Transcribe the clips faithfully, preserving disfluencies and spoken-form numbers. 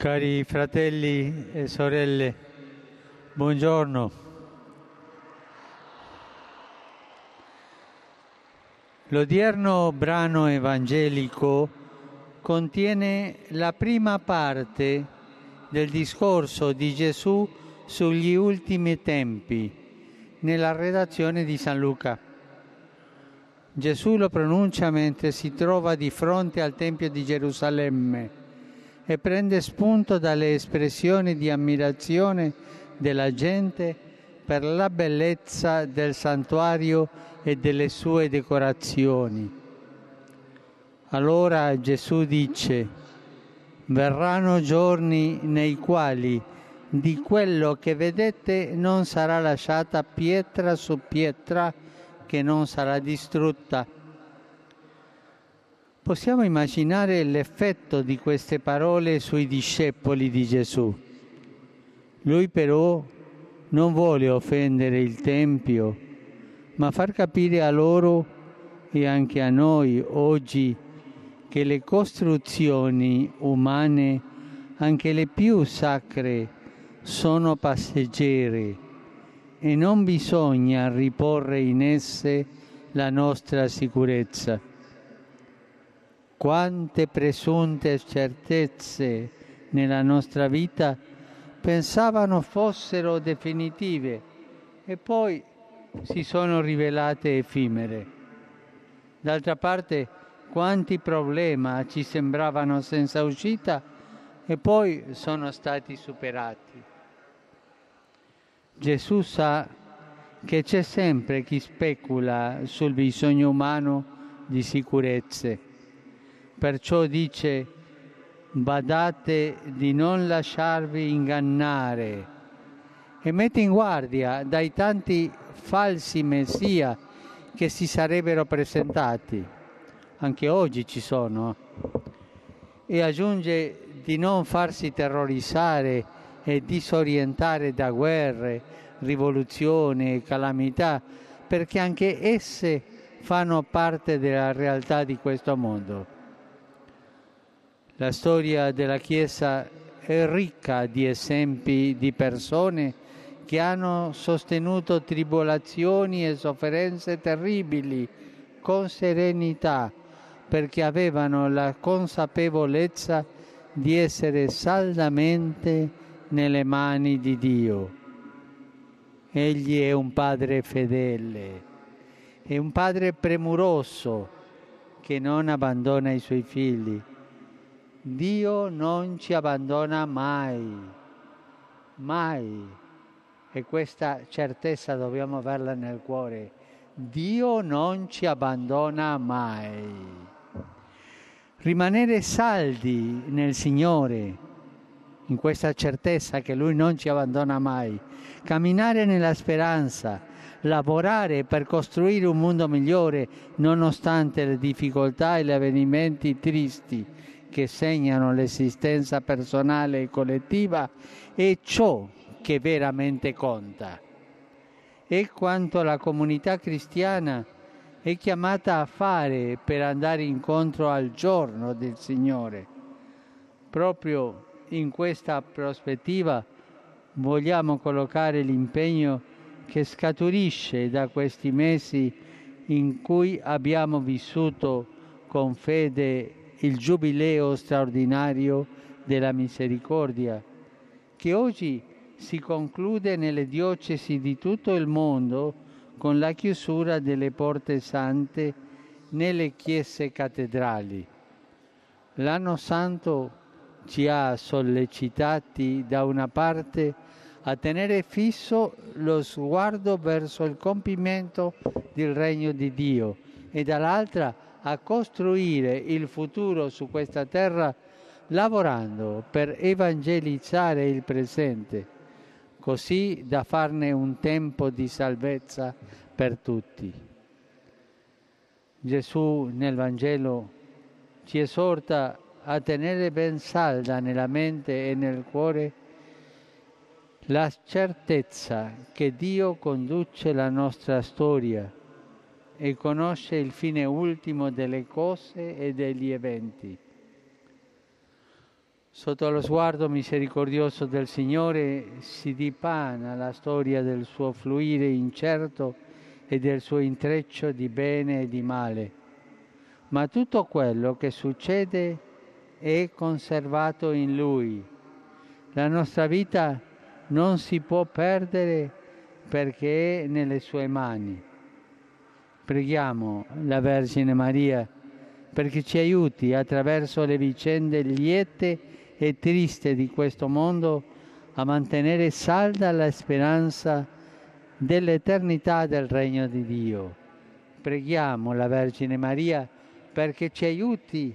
Cari fratelli e sorelle, buongiorno. L'odierno brano evangelico contiene la prima parte del discorso di Gesù sugli ultimi tempi, nella redazione di San Luca. Gesù lo pronuncia mentre si trova di fronte al Tempio di Gerusalemme e prende spunto dalle espressioni di ammirazione della gente per la bellezza del santuario e delle sue decorazioni. Allora Gesù dice: verranno giorni nei quali di quello che vedete non sarà lasciata pietra su pietra che non sarà distrutta. Possiamo immaginare l'effetto di queste parole sui discepoli di Gesù. Lui però non vuole offendere il Tempio, ma far capire a loro e anche a noi oggi che le costruzioni umane, anche le più sacre, sono passeggere e non bisogna riporre in esse la nostra sicurezza. Quante presunte certezze nella nostra vita pensavano fossero definitive e poi si sono rivelate effimere. D'altra parte, quanti problemi ci sembravano senza uscita e poi sono stati superati. Gesù sa che c'è sempre chi specula sul bisogno umano di sicurezze. Perciò dice: badate di non lasciarvi ingannare, e mette in guardia dai tanti falsi messia che si sarebbero presentati. Anche oggi ci sono. E aggiunge di non farsi terrorizzare e disorientare da guerre, rivoluzioni e calamità, perché anche esse fanno parte della realtà di questo mondo. La storia della Chiesa è ricca di esempi di persone che hanno sostenuto tribolazioni e sofferenze terribili con serenità, perché avevano la consapevolezza di essere saldamente nelle mani di Dio. Egli è un Padre fedele, è un Padre premuroso che non abbandona i suoi figli. Dio non ci abbandona mai, mai. E questa certezza dobbiamo averla nel cuore. Dio non ci abbandona mai. Rimanere saldi nel Signore, in questa certezza che Lui non ci abbandona mai. Camminare nella speranza, lavorare per costruire un mondo migliore nonostante le difficoltà e gli avvenimenti tristi che segnano l'esistenza personale e collettiva, è ciò che veramente conta. È quanto la comunità cristiana è chiamata a fare per andare incontro al giorno del Signore. Proprio in questa prospettiva vogliamo collocare l'impegno che scaturisce da questi mesi in cui abbiamo vissuto con fede il Giubileo straordinario della misericordia, che oggi si conclude nelle diocesi di tutto il mondo con la chiusura delle porte sante nelle chiese cattedrali. L'anno santo ci ha sollecitati da una parte a tenere fisso lo sguardo verso il compimento del regno di Dio e dall'altra a costruire il futuro su questa terra lavorando per evangelizzare il presente, così da farne un tempo di salvezza per tutti. Gesù nel Vangelo ci esorta a tenere ben salda nella mente e nel cuore la certezza che Dio conduce la nostra storia e conosce il fine ultimo delle cose e degli eventi. Sotto lo sguardo misericordioso del Signore si dipana la storia del suo fluire incerto e del suo intreccio di bene e di male. Ma tutto quello che succede è conservato in Lui. La nostra vita non si può perdere perché è nelle sue mani. Preghiamo la Vergine Maria perché ci aiuti attraverso le vicende liete e triste di questo mondo a mantenere salda la speranza dell'eternità del Regno di Dio. Preghiamo la Vergine Maria perché ci aiuti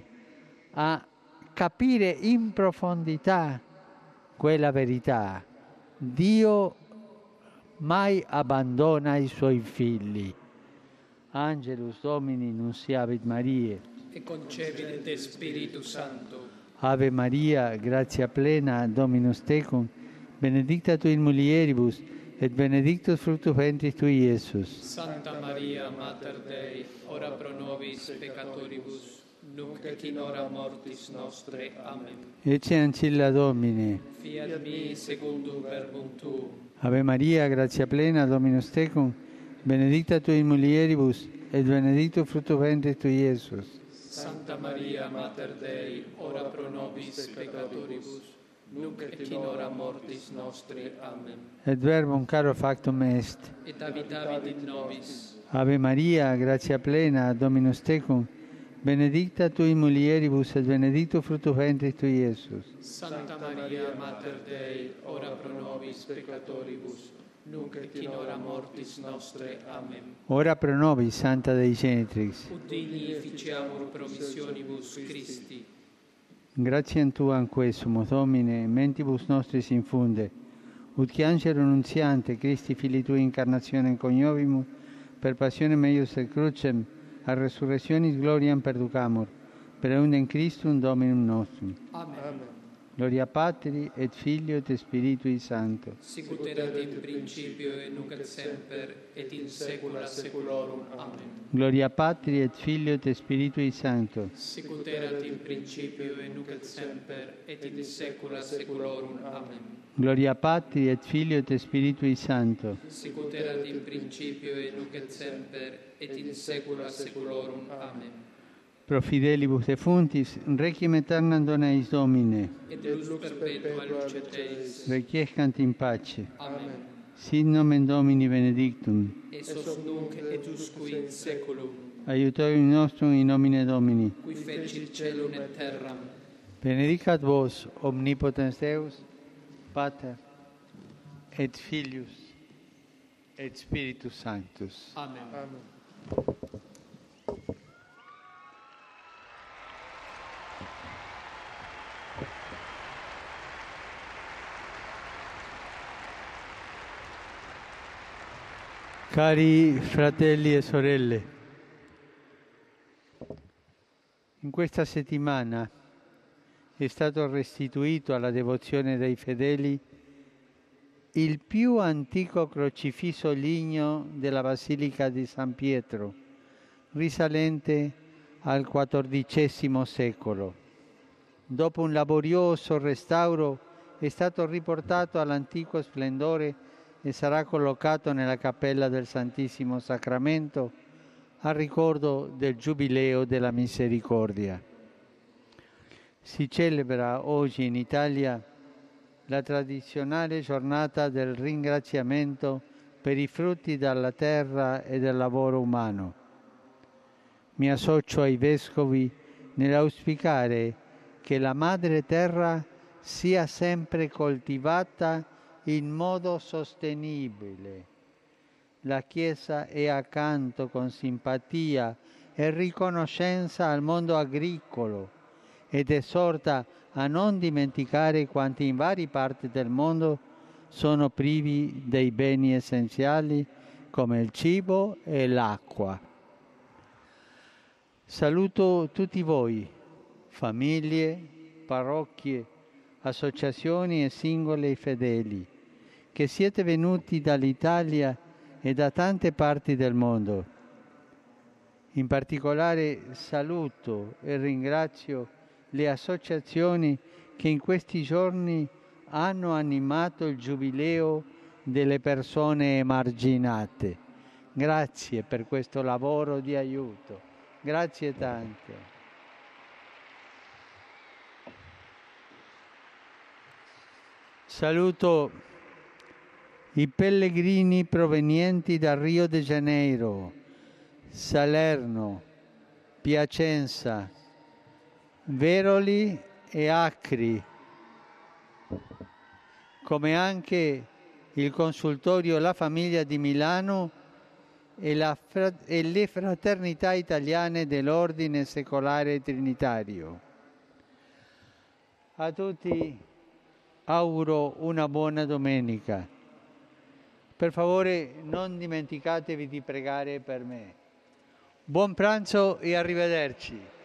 a capire in profondità quella verità. Dio mai abbandona i suoi figli. Angelus Domini nunciavit Mariae. E concepit de Spiritu Sancto. Ave Maria, gratia plena, Dominus tecum, benedicta tu in mulieribus, et benedictus fructus ventris tui, Iesus. Santa Maria, Mater Dei, ora pro nobis peccatoribus, nunc et in hora mortis nostre. Amen. Ecce ancilla Domini. Fiat mi secundum verbum tuum. Ave Maria, gratia plena, Dominus tecum, benedicta tu in mulieribus, et benedictus fructus ventris tui, Iesus. Santa Maria, Mater Dei, ora pro nobis peccatoribus, nunc et in hora mortis nostre. Amen. Et verbum caro factum est. Et habitavit in nobis. Ave Maria, gratia plena, Dominus tecum, benedicta tu in mulieribus, et benedictus fructus ventris tui, Iesus. Santa Maria, Mater Dei, ora pro nobis peccatoribus, nunc et in hora mortis nostre. Amen. Ora pro nobis, Santa Dei Genitrix. Ut digni ficiamur promissionibus Christi. Gratiam Tuam que sumus Domine, mentibus nostris infunde, ut che angelo nunziante Christi Filii Tui incarnationem coniovimus, per passionem eius et crucem, a resurrectionis gloriam perducamur, per eundem Christum Dominum nostrum. Amen. Gloria Patri et Filio et Spiritui Sancto. Sicut erat in principio et nunc et semper et in saecula saeculorum. Amen. Gloria Patri et Filio et Spiritui Sancto. Sicut erat in principio et nunc et semper et in saecula saeculorum. Amen. Gloria Patri et Filio et Spiritui Sancto. Sicut erat in principio et nunc et semper et in saecula saeculorum. Amen. Pro fidelibus defuntis, requiem aeternam dona eis Domine. Et lux perpetua lucet eis. Requiescant in pace. Amen. Sit nomen Domini benedictum. Et sos nunc et usque in saeculum. Aiutorium nostrum in nomine Domini. Qui fecit celum et terram. Benedicat vos, omnipotens Deus, Pater, et Filius, et Spiritus Sanctus. Amen. Amen. Cari fratelli e sorelle, in questa settimana è stato restituito alla devozione dei fedeli il più antico crocifisso ligneo della Basilica di San Pietro, risalente al quattordicesimo secolo. Dopo un laborioso restauro è stato riportato all'antico splendore e sarà collocato nella cappella del Santissimo Sacramento a ricordo del Giubileo della Misericordia. Si celebra oggi in Italia la tradizionale giornata del ringraziamento per i frutti della terra e del lavoro umano. Mi associo ai vescovi nell'auspicare che la madre terra sia sempre coltivata in modo sostenibile. La Chiesa è accanto con simpatia e riconoscenza al mondo agricolo ed esorta a non dimenticare quanti in varie parti del mondo sono privi dei beni essenziali come il cibo e l'acqua. Saluto tutti voi, famiglie, parrocchie, associazioni e singoli fedeli, che siete venuti dall'Italia e da tante parti del mondo. In particolare saluto e ringrazio le associazioni che in questi giorni hanno animato il giubileo delle persone emarginate. Grazie per questo lavoro di aiuto. Grazie tante. Saluto i pellegrini provenienti da Rio de Janeiro, Salerno, Piacenza, Veroli e Acri, come anche il consultorio La Famiglia di Milano e, la, e le fraternità italiane dell'Ordine Secolare Trinitario. A tutti auguro una buona domenica. Per favore non dimenticatevi di pregare per me. Buon pranzo e arrivederci.